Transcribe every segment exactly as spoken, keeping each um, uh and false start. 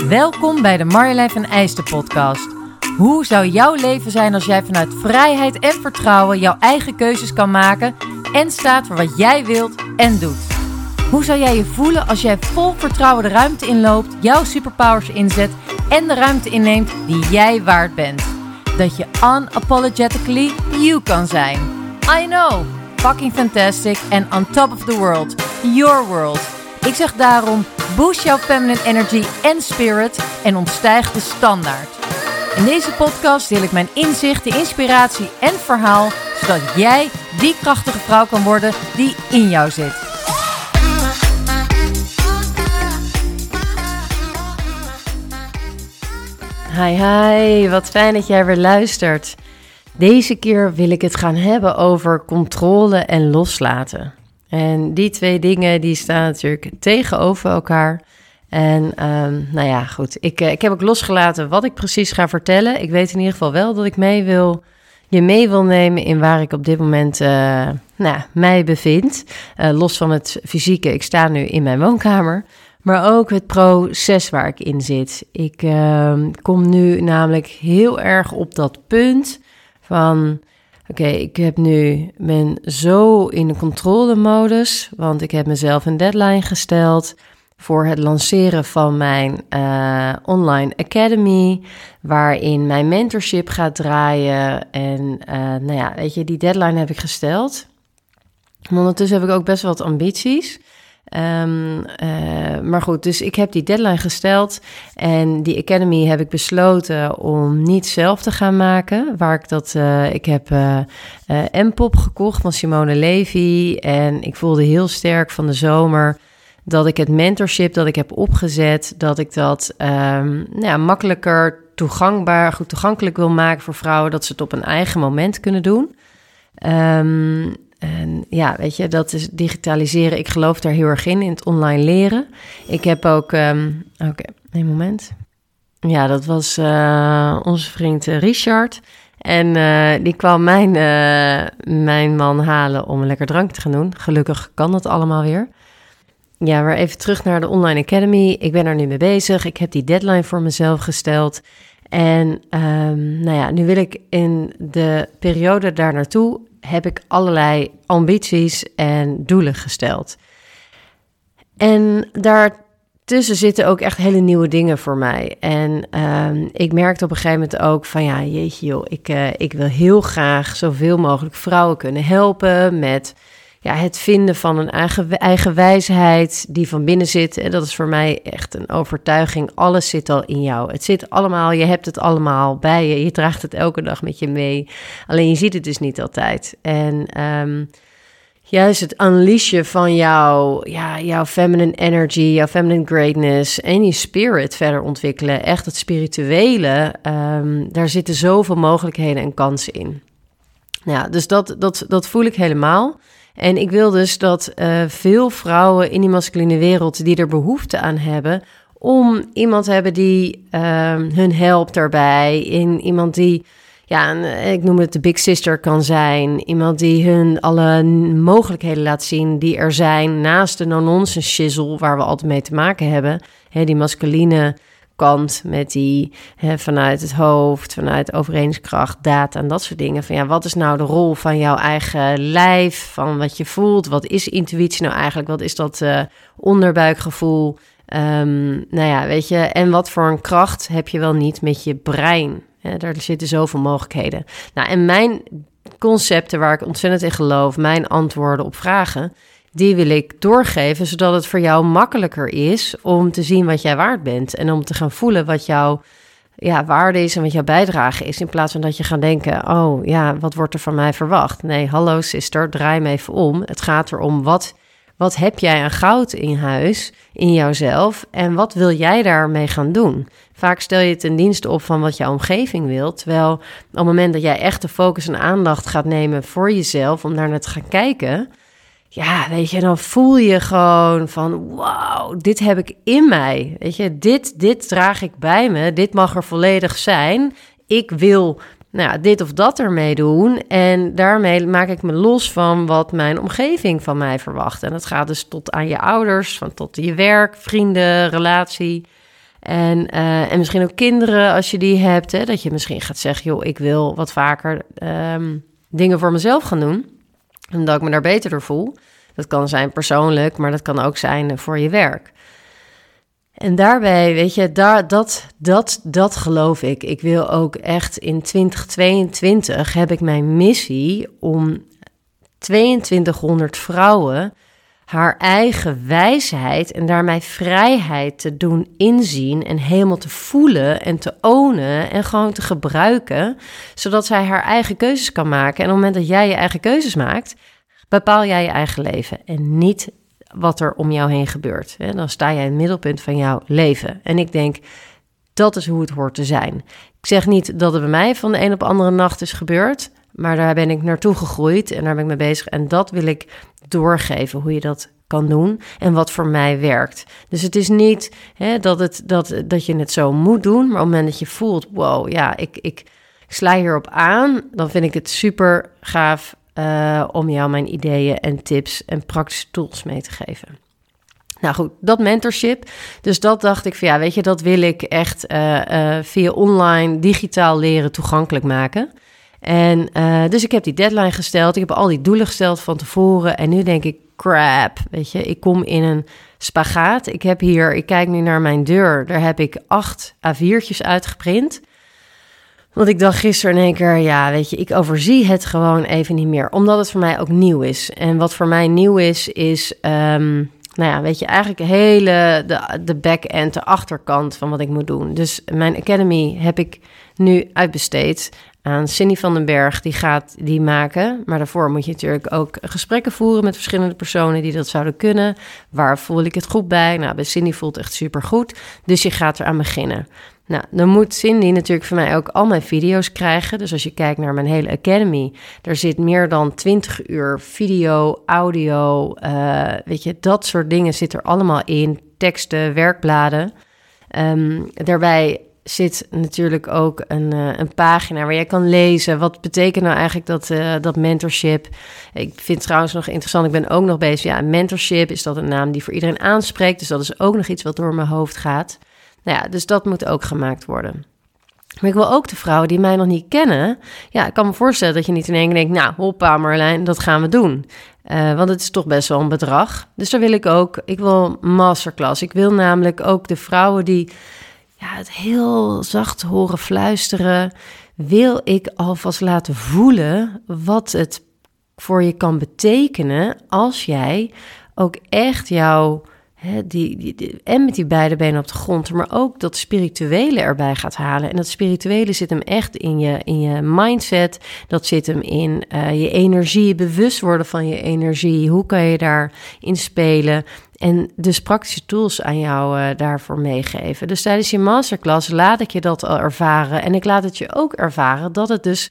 Welkom bij de Marjolein van Eijsten podcast. Hoe zou jouw leven zijn als jij vanuit vrijheid en vertrouwen jouw eigen keuzes kan maken en staat voor wat jij wilt en doet? Hoe zou jij je voelen als jij vol vertrouwen de ruimte inloopt, jouw superpowers inzet en de ruimte inneemt die jij waard bent? Dat je unapologetically you kan zijn. I know, fucking fantastic and on top of the world, your world. Ik zeg daarom, boost jouw feminine energy en spirit en ontstijg de standaard. In deze podcast deel ik mijn inzichten, inspiratie en verhaal, zodat jij die krachtige vrouw kan worden die in jou zit. Hi hi, wat fijn dat jij weer luistert. Deze keer wil ik het gaan hebben over controle en loslaten. En die twee dingen die staan natuurlijk tegenover elkaar. En um, nou ja, goed. Ik, uh, ik heb ook losgelaten wat ik precies ga vertellen. Ik weet in ieder geval wel dat ik mee wil, je mee wil nemen in waar ik op dit moment uh, nou, mij bevind. Uh, los van het fysieke, ik sta nu in mijn woonkamer. Maar ook het proces waar ik in zit. Ik uh, kom nu namelijk heel erg op dat punt van... Oké, okay, ik heb nu, ben zo in de controlemodus, want ik heb mezelf een deadline gesteld voor het lanceren van mijn uh, online academy, waarin mijn mentorship gaat draaien. En uh, nou ja, weet je, die deadline heb ik gesteld. Ondertussen heb ik ook best wel wat ambities. Um, uh, maar goed, dus ik heb die deadline gesteld en die academy heb ik besloten om niet zelf te gaan maken. Waar ik dat, uh, ik heb uh, uh, M-pop gekocht van Simone Levy en ik voelde heel sterk van de zomer dat ik het mentorship dat ik heb opgezet, dat ik dat um, nou ja, makkelijker toegankbaar, goed toegankelijk wil maken voor vrouwen, dat ze het op een eigen moment kunnen doen. Um, En ja, weet je, dat is digitaliseren. Ik geloof daar heel erg in, in het online leren. Ik heb ook... Um, Oké, okay, een moment. Ja, dat was uh, onze vriend Richard. En uh, die kwam mijn, uh, mijn man halen om een lekker drankje te gaan doen. Gelukkig kan dat allemaal weer. Ja, maar even terug naar de Online Academy. Ik ben er nu mee bezig. Ik heb die deadline voor mezelf gesteld. En um, nou ja, nu wil ik in de periode daar naartoe... heb ik allerlei ambities en doelen gesteld. En daartussen zitten ook echt hele nieuwe dingen voor mij. En um, ik merkte op een gegeven moment ook van... ja, jeetje joh, ik, uh, ik wil heel graag zoveel mogelijk vrouwen kunnen helpen... met ja, het vinden van een eigen, eigen wijsheid die van binnen zit. En dat is voor mij echt een overtuiging. Alles zit al in jou. Het zit allemaal, je hebt het allemaal bij je. Je draagt het elke dag met je mee. Alleen je ziet het dus niet altijd. En um, juist het unleashen van jou, ja, jouw feminine energy, jouw feminine greatness en je spirit verder ontwikkelen. Echt het spirituele, um, daar zitten zoveel mogelijkheden en kansen in. Ja, dus dat, dat, dat voel ik helemaal. En ik wil dus dat uh, veel vrouwen in die masculine wereld die er behoefte aan hebben... om iemand te hebben die uh, hun helpt daarbij. In iemand die, ja, een, ik noem het de big sister kan zijn. Iemand die hun alle mogelijkheden laat zien die er zijn... naast de no-nonsense shizzle waar we altijd mee te maken hebben. Hè, die masculine kant met die hè, vanuit het hoofd, vanuit overredingskracht, data en dat soort dingen. Van ja, wat is nou de rol van jouw eigen lijf, van wat je voelt? Wat is intuïtie nou eigenlijk? Wat is dat uh, onderbuikgevoel? Um, nou ja, weet je, en wat voor een kracht heb je wel niet met je brein? Hè, daar zitten zoveel mogelijkheden. Nou, en mijn concepten waar ik ontzettend in geloof, mijn antwoorden op vragen, die wil ik doorgeven, zodat het voor jou makkelijker is om te zien wat jij waard bent. En om te gaan voelen wat jouw ja, waarde is en wat jouw bijdrage is. In plaats van dat je gaat denken, oh ja, wat wordt er van mij verwacht? Nee, hallo sister, draai me even om. Het gaat erom, wat, wat heb jij aan goud in huis, in jouzelf? En wat wil jij daarmee gaan doen? Vaak stel je ten dienste op van wat jouw omgeving wil. Terwijl op het moment dat jij echt de focus en aandacht gaat nemen voor jezelf, om daar naar te gaan kijken... Ja, weet je, dan voel je gewoon van, wauw, dit heb ik in mij. Weet je, dit, dit draag ik bij me, dit mag er volledig zijn. Ik wil nou ja, dit of dat ermee doen. En daarmee maak ik me los van wat mijn omgeving van mij verwacht. En dat gaat dus tot aan je ouders, van tot je werk, vrienden, relatie. En, uh, en misschien ook kinderen als je die hebt. Hè, dat je misschien gaat zeggen, joh, ik wil wat vaker um, dingen voor mezelf gaan doen. Omdat ik me daar beter door voel. Dat kan zijn persoonlijk, maar dat kan ook zijn voor je werk. En daarbij, weet je, daar, dat, dat, dat geloof ik. Ik wil ook echt in twintig tweeëntwintig heb ik mijn missie om tweeëntwintighonderd vrouwen haar eigen wijsheid en daarmee vrijheid te doen inzien en helemaal te voelen en te ownen en gewoon te gebruiken, zodat zij haar eigen keuzes kan maken. En op het moment dat jij je eigen keuzes maakt, bepaal jij je eigen leven en niet wat er om jou heen gebeurt. Dan sta jij in het middelpunt van jouw leven. En ik denk, dat is hoe het hoort te zijn. Ik zeg niet dat het bij mij van de een op de andere nacht is gebeurd, maar daar ben ik naartoe gegroeid en daar ben ik mee bezig. En dat wil ik doorgeven, hoe je dat kan doen en wat voor mij werkt. Dus het is niet hè, dat, het, dat, dat je het zo moet doen, maar op het moment dat je voelt, wow, ja, ik, ik, ik sla hierop aan, dan vind ik het super gaaf uh, om jou mijn ideeën en tips en praktische tools mee te geven. Nou goed, dat mentorship. Dus dat dacht ik van ja, weet je, dat wil ik echt uh, uh, via online digitaal leren toegankelijk maken. En uh, dus ik heb die deadline gesteld. Ik heb al die doelen gesteld van tevoren. En nu denk ik, crap, weet je, ik kom in een spagaat. Ik heb hier, ik kijk nu naar mijn deur. Daar heb ik acht A viertjes uitgeprint. Want ik dacht gisteren in één keer, ja, weet je, ik overzie het gewoon even niet meer. Omdat het voor mij ook nieuw is. En wat voor mij nieuw is, is, um, nou ja, weet je, eigenlijk de hele, de, de back-end, de achterkant van wat ik moet doen. Dus mijn academy heb ik nu uitbesteed aan Cindy van den Berg, die gaat die maken. Maar daarvoor moet je natuurlijk ook gesprekken voeren met verschillende personen die dat zouden kunnen. Waar voel ik het goed bij? Nou, bij Cindy voelt het echt supergoed. Dus je gaat eraan beginnen. Nou, dan moet Cindy natuurlijk van mij ook al mijn video's krijgen. Dus als je kijkt naar mijn hele academy, daar zit meer dan twintig uur video, audio, uh, weet je, dat soort dingen zit er allemaal in. Teksten, werkbladen. Um, daarbij zit natuurlijk ook een, uh, een pagina waar jij kan lezen. Wat betekent nou eigenlijk dat, uh, dat mentorship? Ik vind het trouwens nog interessant, ik ben ook nog bezig. Ja, mentorship, is dat een naam die voor iedereen aanspreekt? Dus dat is ook nog iets wat door mijn hoofd gaat. Nou ja, dus dat moet ook gemaakt worden. Maar ik wil ook de vrouwen die mij nog niet kennen. Ja, ik kan me voorstellen dat je niet in één keer denkt, nou, hoppa Marjolein, dat gaan we doen. Uh, want het is toch best wel een bedrag. Dus daar wil ik ook, ik wil masterclass. Ik wil namelijk ook de vrouwen die ja, het heel zacht horen fluisteren, wil ik alvast laten voelen wat het voor je kan betekenen als jij ook echt jouw, hè, die, die, die, en met die beide benen op de grond, maar ook dat spirituele erbij gaat halen. En dat spirituele zit hem echt in je, in je mindset, dat zit hem in uh, je energie, bewust worden van je energie. Hoe kan je daarin spelen? En dus praktische tools aan jou uh, daarvoor meegeven. Dus tijdens je masterclass laat ik je dat al ervaren. En ik laat het je ook ervaren dat het dus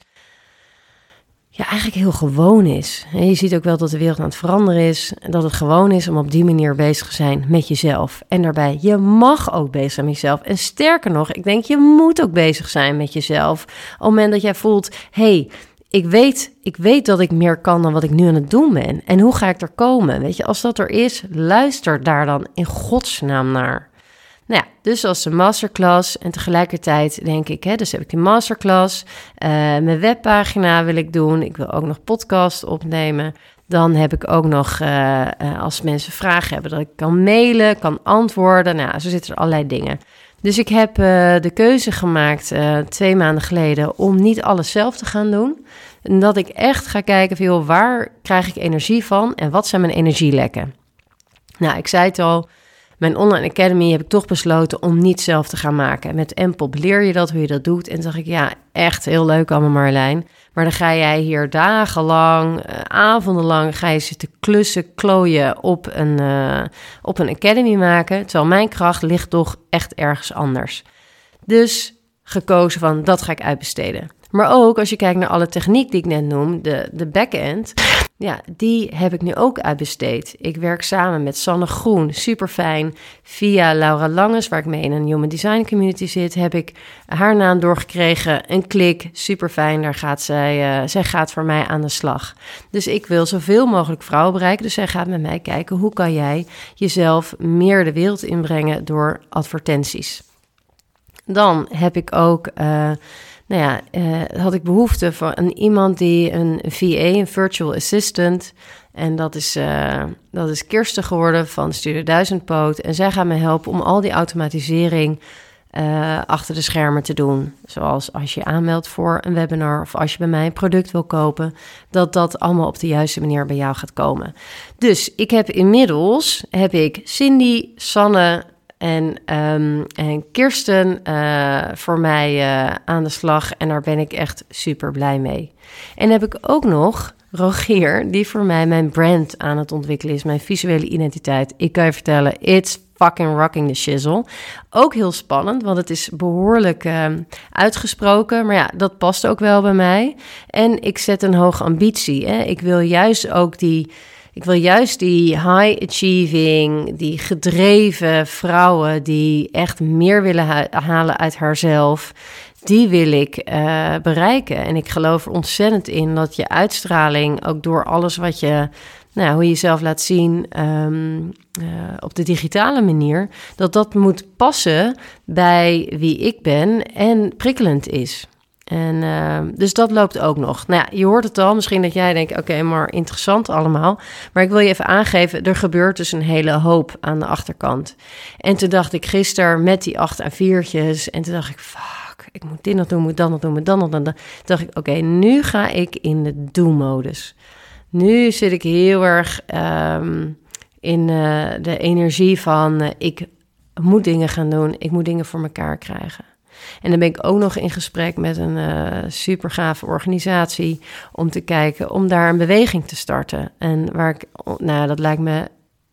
ja, eigenlijk heel gewoon is. En je ziet ook wel dat de wereld aan het veranderen is. En dat het gewoon is om op die manier bezig te zijn met jezelf. En daarbij, je mag ook bezig zijn met jezelf. En sterker nog, ik denk je moet ook bezig zijn met jezelf. Op het moment dat jij voelt, hey, Ik weet, ik weet dat ik meer kan dan wat ik nu aan het doen ben. En hoe ga ik er komen? Weet je, als dat er is, luister daar dan in godsnaam naar. Nou ja, dus als een masterclass. En tegelijkertijd denk ik, hè, dus heb ik die masterclass. Uh, mijn webpagina wil ik doen. Ik wil ook nog podcast opnemen. Dan heb ik ook nog, uh, uh, als mensen vragen hebben, dat ik kan mailen, kan antwoorden. Nou, zo zitten er allerlei dingen. Dus ik heb uh, de keuze gemaakt uh, twee maanden geleden om niet alles zelf te gaan doen. En dat ik echt ga kijken van, joh, waar krijg ik energie van en wat zijn mijn energielekken? Nou, ik zei het al, mijn online academy heb ik toch besloten om niet zelf te gaan maken. Met Empop leer je dat, hoe je dat doet. En toen dacht ik, ja, echt heel leuk allemaal Marjolein. Maar dan ga jij hier dagenlang, uh, avondenlang, ga je zitten klussen, klooien op een, uh, op een academy maken. Terwijl mijn kracht ligt toch echt ergens anders. Dus gekozen van, dat ga ik uitbesteden. Maar ook als je kijkt naar alle techniek die ik net noem, de, de back-end, ja, die heb ik nu ook uitbesteed. Ik werk samen met Sanne Groen, super fijn. Via Laura Langes, waar ik mee in een Human Design community zit, heb ik haar naam doorgekregen. Een klik, super fijn. Daar gaat zij, uh, zij gaat voor mij aan de slag. Dus ik wil zoveel mogelijk vrouwen bereiken. Dus zij gaat met mij kijken, hoe kan jij jezelf meer de wereld inbrengen door advertenties. Dan heb ik ook, uh, nou ja, uh, had ik behoefte van een, iemand die een V A, een virtual assistant. En dat is, uh, dat is Kirsten geworden van Studio Duizendpoot. En zij gaat me helpen om al die automatisering uh, achter de schermen te doen. Zoals als je aanmeldt voor een webinar of als je bij mij een product wil kopen, dat dat allemaal op de juiste manier bij jou gaat komen. Dus ik heb inmiddels, heb ik Cindy, Sanne en, um, en Kirsten uh, voor mij uh, aan de slag. En daar ben ik echt super blij mee. En dan heb ik ook nog Rogier, die voor mij mijn brand aan het ontwikkelen is, mijn visuele identiteit. Ik kan je vertellen, it's fucking rocking the shizzle. Ook heel spannend, want het is behoorlijk uh, uitgesproken, maar ja, dat past ook wel bij mij. En ik zet een hoge ambitie. Hè? Ik wil juist ook die, ik wil juist die high achieving, die gedreven vrouwen die echt meer willen ha- halen uit haarzelf, die wil ik uh, bereiken. En ik geloof er ontzettend in dat je uitstraling, ook door alles wat je, nou, hoe je jezelf laat zien um, uh, op de digitale manier, dat dat moet passen bij wie ik ben en prikkelend is. En uh, dus dat loopt ook nog. Nou ja, je hoort het al. Misschien dat jij denkt, oké, okay, maar interessant allemaal. Maar ik wil je even aangeven, er gebeurt dus een hele hoop aan de achterkant. En toen dacht ik gisteren met die acht A viertjes, en toen dacht ik, fuck, ik moet dit nog doen, moet dat nog doen, moet dat nog doen. Toen dacht ik, oké, okay, nu ga ik in de do-modus. Nu zit ik heel erg um, in uh, de energie van, uh, ik moet dingen gaan doen, ik moet dingen voor elkaar krijgen. En dan ben ik ook nog in gesprek met een uh, super gave organisatie om te kijken, om daar een beweging te starten. En waar ik, nou, dat lijkt me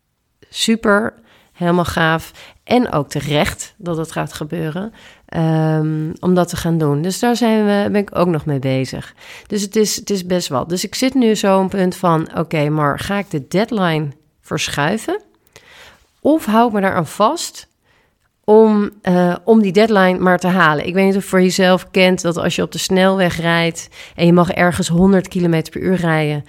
super, helemaal gaaf en ook terecht dat het gaat gebeuren, um, om dat te gaan doen. Dus daar zijn we, ben ik ook nog mee bezig. Dus het is, het is best wat. Dus ik zit nu zo op een punt van, oké, okay, maar ga ik de deadline verschuiven? Of hou ik me daaraan vast om, uh, om die deadline maar te halen? Ik weet niet of je voor jezelf kent dat als je op de snelweg rijdt en je mag ergens honderd kilometer per uur rijden,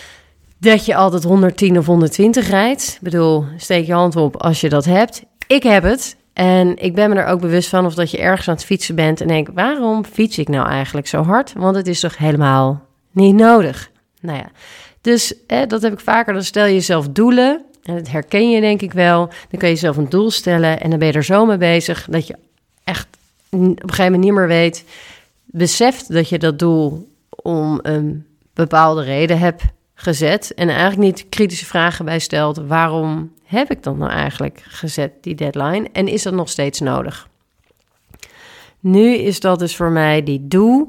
dat je altijd honderdtien of honderdtwintig rijdt. Ik bedoel, steek je hand op als je dat hebt. Ik heb het. En ik ben me er ook bewust van of dat je ergens aan het fietsen bent en denk, waarom fiets ik nou eigenlijk zo hard? Want het is toch helemaal niet nodig. Nou ja, dus eh, dat heb ik vaker. Dan stel je jezelf doelen. En dat herken je denk ik wel. Dan kan je jezelf een doel stellen en dan ben je er zo mee bezig dat je echt op een gegeven moment niet meer weet, beseft dat je dat doel om een bepaalde reden hebt gezet en eigenlijk niet kritische vragen bij stelt. Waarom heb ik dat nou eigenlijk gezet, die deadline? En is dat nog steeds nodig? Nu is dat dus voor mij die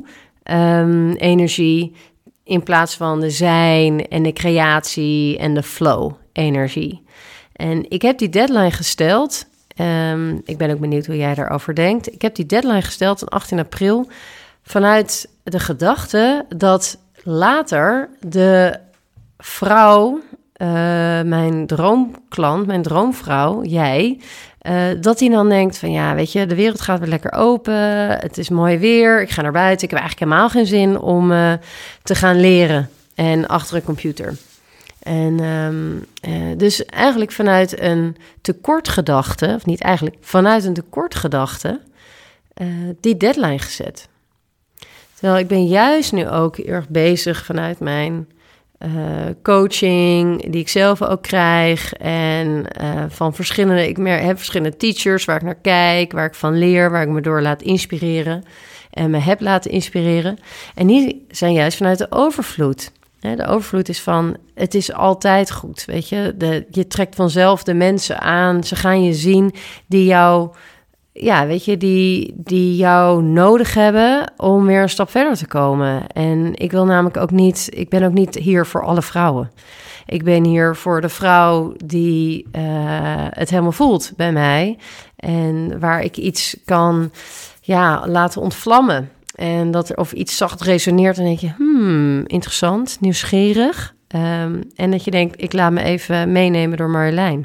doe-energie um, in plaats van de zijn en de creatie en de flow-energie. En ik heb die deadline gesteld. Um, ik ben ook benieuwd hoe jij daarover denkt. Ik heb die deadline gesteld op achttien april vanuit de gedachte dat later de vrouw, uh, mijn droomklant, mijn droomvrouw, jij, uh, dat die dan denkt van ja, weet je, de wereld gaat weer lekker open, het is mooi weer, ik ga naar buiten, ik heb eigenlijk helemaal geen zin om uh, te gaan leren en achter een computer. En um, uh, dus eigenlijk vanuit een tekortgedachte, of niet eigenlijk, vanuit een tekortgedachte, uh, die deadline gezet. Terwijl ik ben juist nu ook heel erg bezig vanuit mijn uh, coaching, die ik zelf ook krijg. En uh, van verschillende, ik heb verschillende teachers waar ik naar kijk, waar ik van leer, waar ik me door laat inspireren. En me heb laten inspireren. En die zijn juist vanuit de overvloed. De overvloed is van, het is altijd goed, weet je. De, je trekt vanzelf de mensen aan, ze gaan je zien die jou, ja, weet je, die, die jou nodig hebben om weer een stap verder te komen. En ik wil namelijk ook niet, ik ben ook niet hier voor alle vrouwen. Ik ben hier voor de vrouw die uh, het helemaal voelt bij mij en waar ik iets kan, ja, laten ontvlammen. En dat er of iets zacht resoneert en denk je, hmm, interessant, nieuwsgierig. Um, en dat je denkt, ik laat me even meenemen door Marjolein.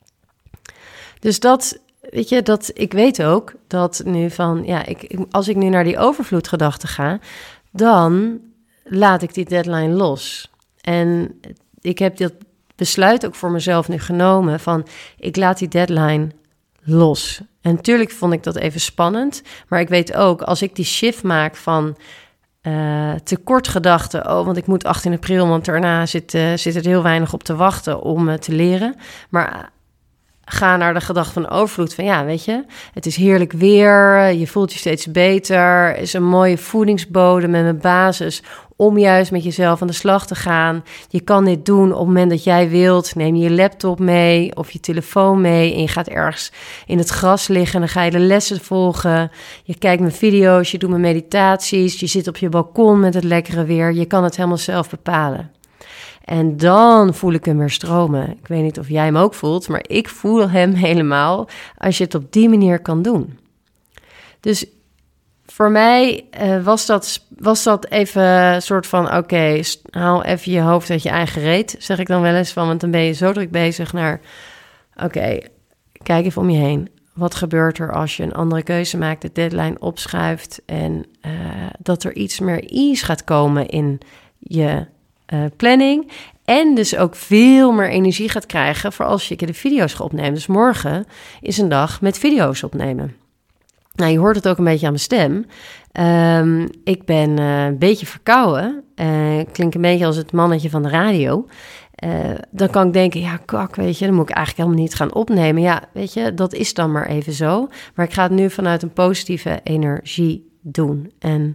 Dus dat, weet je, dat ik weet ook dat nu van, ja, ik, als ik nu naar die overvloedgedachte ga, dan laat ik die deadline los. En ik heb dat besluit ook voor mezelf nu genomen van, ik laat die deadline los. En natuurlijk vond ik dat even spannend. Maar ik weet ook, als ik die shift maak van uh, tekortgedachten... oh, want ik moet achttien april, want daarna zit, uh, zit er heel weinig op te wachten om uh, te leren. Maar ga naar de gedachte van overvloed. Van ja, weet je, het is heerlijk weer. Je voelt je steeds beter. Er is een mooie voedingsbodem en een basis om juist met jezelf aan de slag te gaan. Je kan dit doen op het moment dat jij wilt. Neem je laptop mee of je telefoon mee en je gaat ergens in het gras liggen en dan ga je de lessen volgen. Je kijkt mijn video's, je doet mijn meditaties, je zit op je balkon met het lekkere weer. Je kan het helemaal zelf bepalen. En dan voel ik hem weer stromen. Ik weet niet of jij hem ook voelt, maar ik voel hem helemaal als je het op die manier kan doen. Dus voor mij uh, was, dat, was dat even een soort van... oké, okay, haal even je hoofd uit je eigen reet, zeg ik dan wel eens van. Want dan ben je zo druk bezig naar... oké, okay, kijk even om je heen. Wat gebeurt er als je een andere keuze maakt, de deadline opschuift... en uh, dat er iets meer ease gaat komen in je uh, planning... en dus ook veel meer energie gaat krijgen voor als je de video's gaat opnemen. Dus morgen is een dag met video's opnemen. Nou, je hoort het ook een beetje aan mijn stem. Um, ik ben uh, een beetje verkouden. Uh, klink een beetje als het mannetje van de radio. Uh, dan kan ik denken, ja, kak, weet je, dan moet ik eigenlijk helemaal niet gaan opnemen. Ja, weet je, dat is dan maar even zo. Maar ik ga het nu vanuit een positieve energie doen. En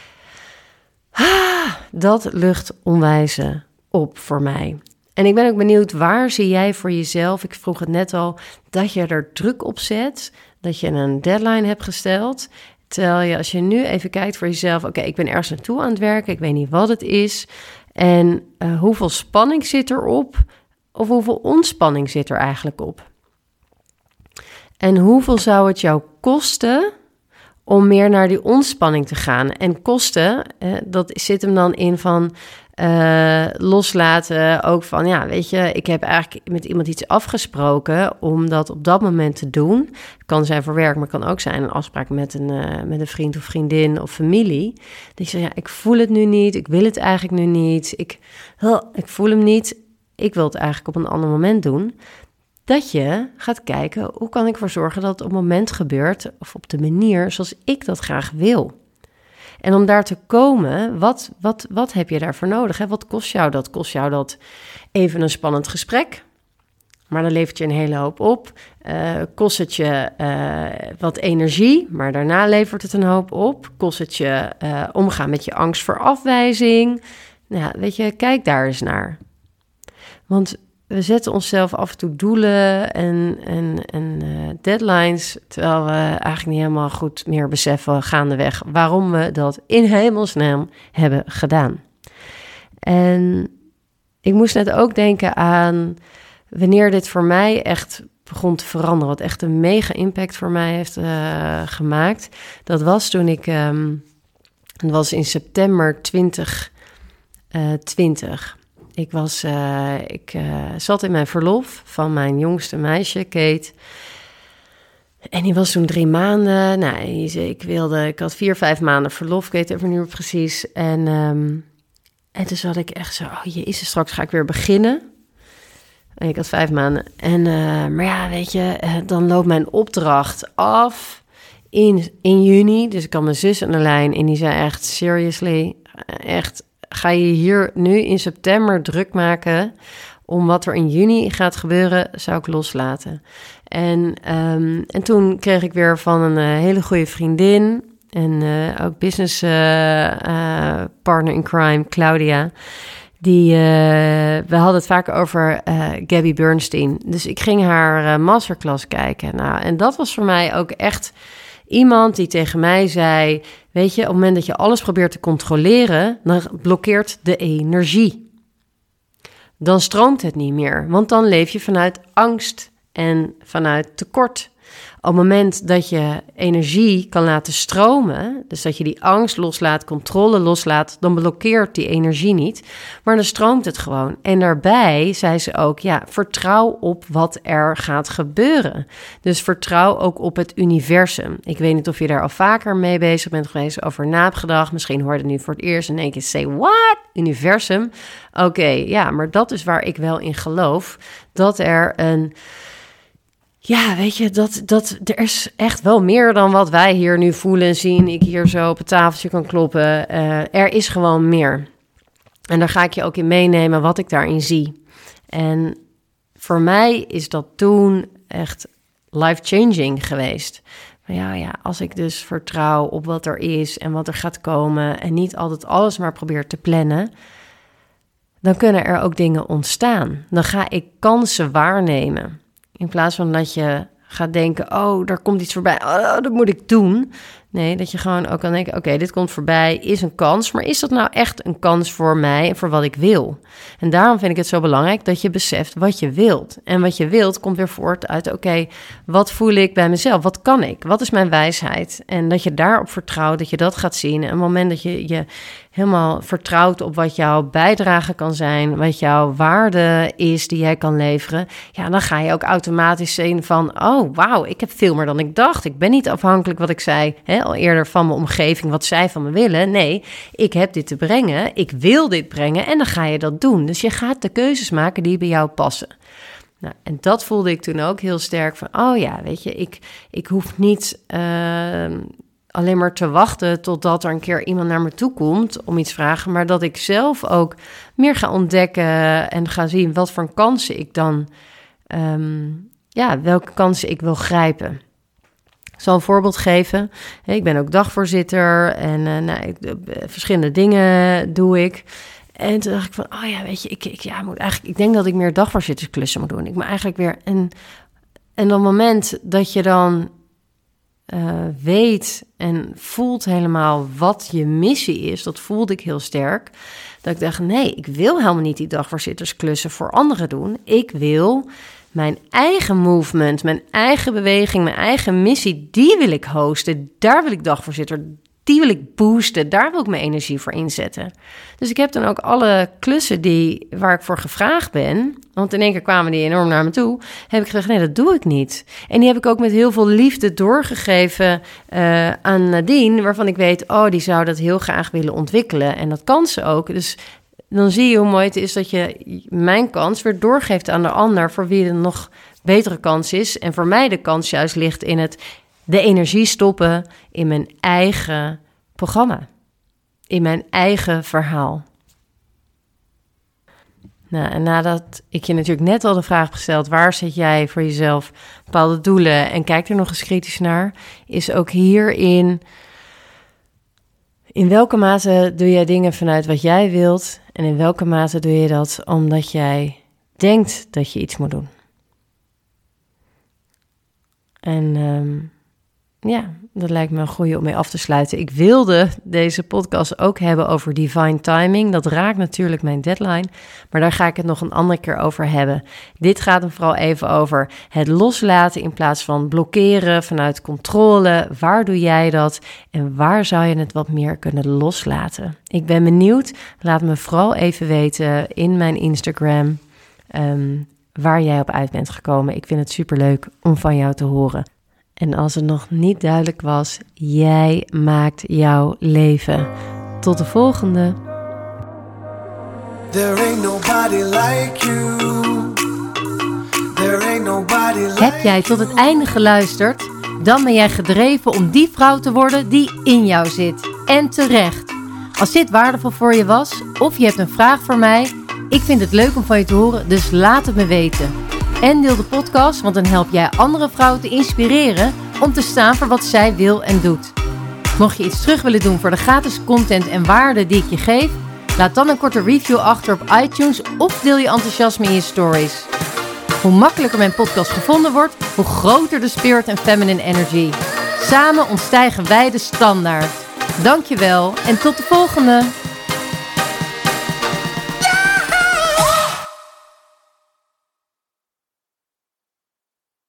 ah, dat lucht onwijze op voor mij. En ik ben ook benieuwd, waar zie jij voor jezelf, ik vroeg het net al, dat je er druk op zet, dat je een deadline hebt gesteld, terwijl je, als je nu even kijkt voor jezelf, oké, okay, ik ben ergens naartoe aan het werken, ik weet niet wat het is, en uh, hoeveel spanning zit erop, of hoeveel ontspanning zit er eigenlijk op? En hoeveel zou het jou kosten om meer naar die ontspanning te gaan? En kosten, uh, dat zit hem dan in van... Uh, loslaten ook van, ja, weet je, ik heb eigenlijk met iemand iets afgesproken om dat op dat moment te doen. Het kan zijn voor werk, maar het kan ook zijn een afspraak met een, uh, met een vriend of vriendin of familie. Dat je zegt, ja, ik voel het nu niet, ik wil het eigenlijk nu niet, ik, oh, ik voel hem niet, ik wil het eigenlijk op een ander moment doen. Dat je gaat kijken, hoe kan ik ervoor zorgen dat het op het moment gebeurt of op de manier zoals ik dat graag wil. En om daar te komen, wat, wat, wat heb je daarvoor nodig? Hè? Wat kost jou dat? Kost jou dat even een spannend gesprek? Maar dan levert je een hele hoop op. Uh, kost het je uh, wat energie, maar daarna levert het een hoop op. Kost het je uh, omgaan met je angst voor afwijzing? Nou, weet je, kijk daar eens naar. Want we zetten onszelf af en toe doelen en, en, en uh, deadlines, terwijl we eigenlijk niet helemaal goed meer beseffen gaandeweg waarom we dat in hemelsnaam hebben gedaan. En ik moest net ook denken aan wanneer dit voor mij echt begon te veranderen, wat echt een mega impact voor mij heeft uh, gemaakt. Dat was toen ik, um, het was in september twintig twintig. Ik, was, uh, ik uh, zat in mijn verlof van mijn jongste meisje, Kate. En die was toen drie maanden. Nou, ik, wilde, ik had vier, vijf maanden verlof, ik weet het even niet meer precies. En, um, en toen zat ik echt zo, oh jezus, straks ga ik weer beginnen. En ik had vijf maanden. En, uh, maar ja, weet je, uh, dan loopt mijn opdracht af in, in juni. Dus ik had mijn zus aan de lijn en die zei echt, seriously, echt... Ga je hier nu in september druk maken om wat er in juni gaat gebeuren, zou ik loslaten. En, um, en toen kreeg ik weer van een uh, hele goede vriendin en uh, ook business uh, uh, partner in crime, Claudia. Die, uh, we hadden het vaak over uh, Gabby Bernstein. Dus ik ging haar uh, masterclass kijken. Nou, en dat was voor mij ook echt iemand die tegen mij zei, weet je, op het moment dat je alles probeert te controleren, dan blokkeert de energie. Dan stroomt het niet meer, want dan leef je vanuit angst en vanuit tekort. Op het moment dat je energie kan laten stromen, dus dat je die angst loslaat, controle loslaat, dan blokkeert die energie niet, maar dan stroomt het gewoon. En daarbij zei ze ook, ja, vertrouw op wat er gaat gebeuren. Dus vertrouw ook op het universum. Ik weet niet of je daar al vaker mee bezig bent geweest, over na hebt gedacht. Misschien hoorde je het nu voor het eerst en denk je, say what? Universum? Oké, okay, ja, maar dat is waar ik wel in geloof, dat er een... Ja, weet je, dat, dat, er is echt wel meer dan wat wij hier nu voelen en zien. Ik hier zo op het tafeltje kan kloppen. Uh, er is gewoon meer. En daar ga ik je ook in meenemen wat ik daarin zie. En voor mij is dat toen echt life-changing geweest. Maar ja, ja, als ik dus vertrouw op wat er is en wat er gaat komen en niet altijd alles maar probeer te plannen, dan kunnen er ook dingen ontstaan. Dan ga ik kansen waarnemen. In plaats van dat je gaat denken, oh, daar komt iets voorbij, oh, dat moet ik doen. Nee, dat je gewoon ook kan denken, oké, okay, dit komt voorbij, is een kans. Maar is dat nou echt een kans voor mij en voor wat ik wil? En daarom vind ik het zo belangrijk dat je beseft wat je wilt. En wat je wilt komt weer voort uit, oké, okay, wat voel ik bij mezelf? Wat kan ik? Wat is mijn wijsheid? En dat je daarop vertrouwt, dat je dat gaat zien. En op het moment dat je je helemaal vertrouwt op wat jouw bijdrage kan zijn, wat jouw waarde is die jij kan leveren, ja, dan ga je ook automatisch zien van, oh, wauw, ik heb veel meer dan ik dacht. Ik ben niet afhankelijk, wat ik zei, hè, al eerder, van mijn omgeving, wat zij van me willen. Nee, ik heb dit te brengen, ik wil dit brengen en dan ga je dat doen. Dus je gaat de keuzes maken die bij jou passen. Nou, en dat voelde ik toen ook heel sterk van, oh ja, weet je, ik, ik hoef niet Uh, alleen maar te wachten totdat er een keer iemand naar me toe komt om iets te vragen, maar dat ik zelf ook meer ga ontdekken en ga zien wat voor kansen ik dan, um, ja, welke kansen ik wil grijpen. Ik zal een voorbeeld geven. Ik ben ook dagvoorzitter en uh, nou, ik, uh, verschillende dingen doe ik. En toen dacht ik van, oh ja, weet je, ik, ik, ja, moet eigenlijk, ik denk dat ik meer dagvoorzittersklussen moet doen. Ik moet eigenlijk weer, en, en op het moment dat je dan Uh, weet en voelt helemaal wat je missie is, dat voelde ik heel sterk, dat ik dacht, nee, ik wil helemaal niet die dagvoorzittersklussen voor anderen doen. Ik wil mijn eigen movement, mijn eigen beweging, mijn eigen missie, die wil ik hosten. Daar wil ik dagvoorzitter, die wil ik boosten, daar wil ik mijn energie voor inzetten. Dus ik heb dan ook alle klussen die, waar ik voor gevraagd ben, want in één keer kwamen die enorm naar me toe, heb ik gezegd, nee, dat doe ik niet. En die heb ik ook met heel veel liefde doorgegeven uh, aan Nadine, waarvan ik weet, oh, die zou dat heel graag willen ontwikkelen. En dat kan ze ook. Dus dan zie je hoe mooi het is dat je mijn kans weer doorgeeft aan de ander, voor wie er nog betere kans is. En voor mij de kans juist ligt in het de energie stoppen in mijn eigen programma. In mijn eigen verhaal. Nou, en nadat ik je natuurlijk net al de vraag heb gesteld, waar zet jij voor jezelf bepaalde doelen en kijk er nog eens kritisch naar, is ook hierin, in welke mate doe jij dingen vanuit wat jij wilt en in welke mate doe je dat omdat jij denkt dat je iets moet doen. En um, ja, dat lijkt me een goeie om mee af te sluiten. Ik wilde deze podcast ook hebben over divine timing. Dat raakt natuurlijk mijn deadline, maar daar ga ik het nog een andere keer over hebben. Dit gaat hem vooral even over het loslaten in plaats van blokkeren vanuit controle. Waar doe jij dat en waar zou je het wat meer kunnen loslaten? Ik ben benieuwd. Laat me vooral even weten in mijn Instagram um, waar jij op uit bent gekomen. Ik vind het superleuk om van jou te horen. En als het nog niet duidelijk was, jij maakt jouw leven. Tot de volgende. There ain't nobody like you. There ain't nobody like Heb jij tot het einde geluisterd? Dan ben jij gedreven om die vrouw te worden die in jou zit. En terecht. Als dit waardevol voor je was, of je hebt een vraag voor mij, ik vind het leuk om van je te horen, dus laat het me weten. En deel de podcast, want dan help jij andere vrouwen te inspireren om te staan voor wat zij wil en doet. Mocht je iets terug willen doen voor de gratis content en waarde die ik je geef, laat dan een korte review achter op iTunes of deel je enthousiasme in je stories. Hoe makkelijker mijn podcast gevonden wordt, hoe groter de spirit en feminine energy. Samen ontstijgen wij de standaard. Dankjewel en tot de volgende!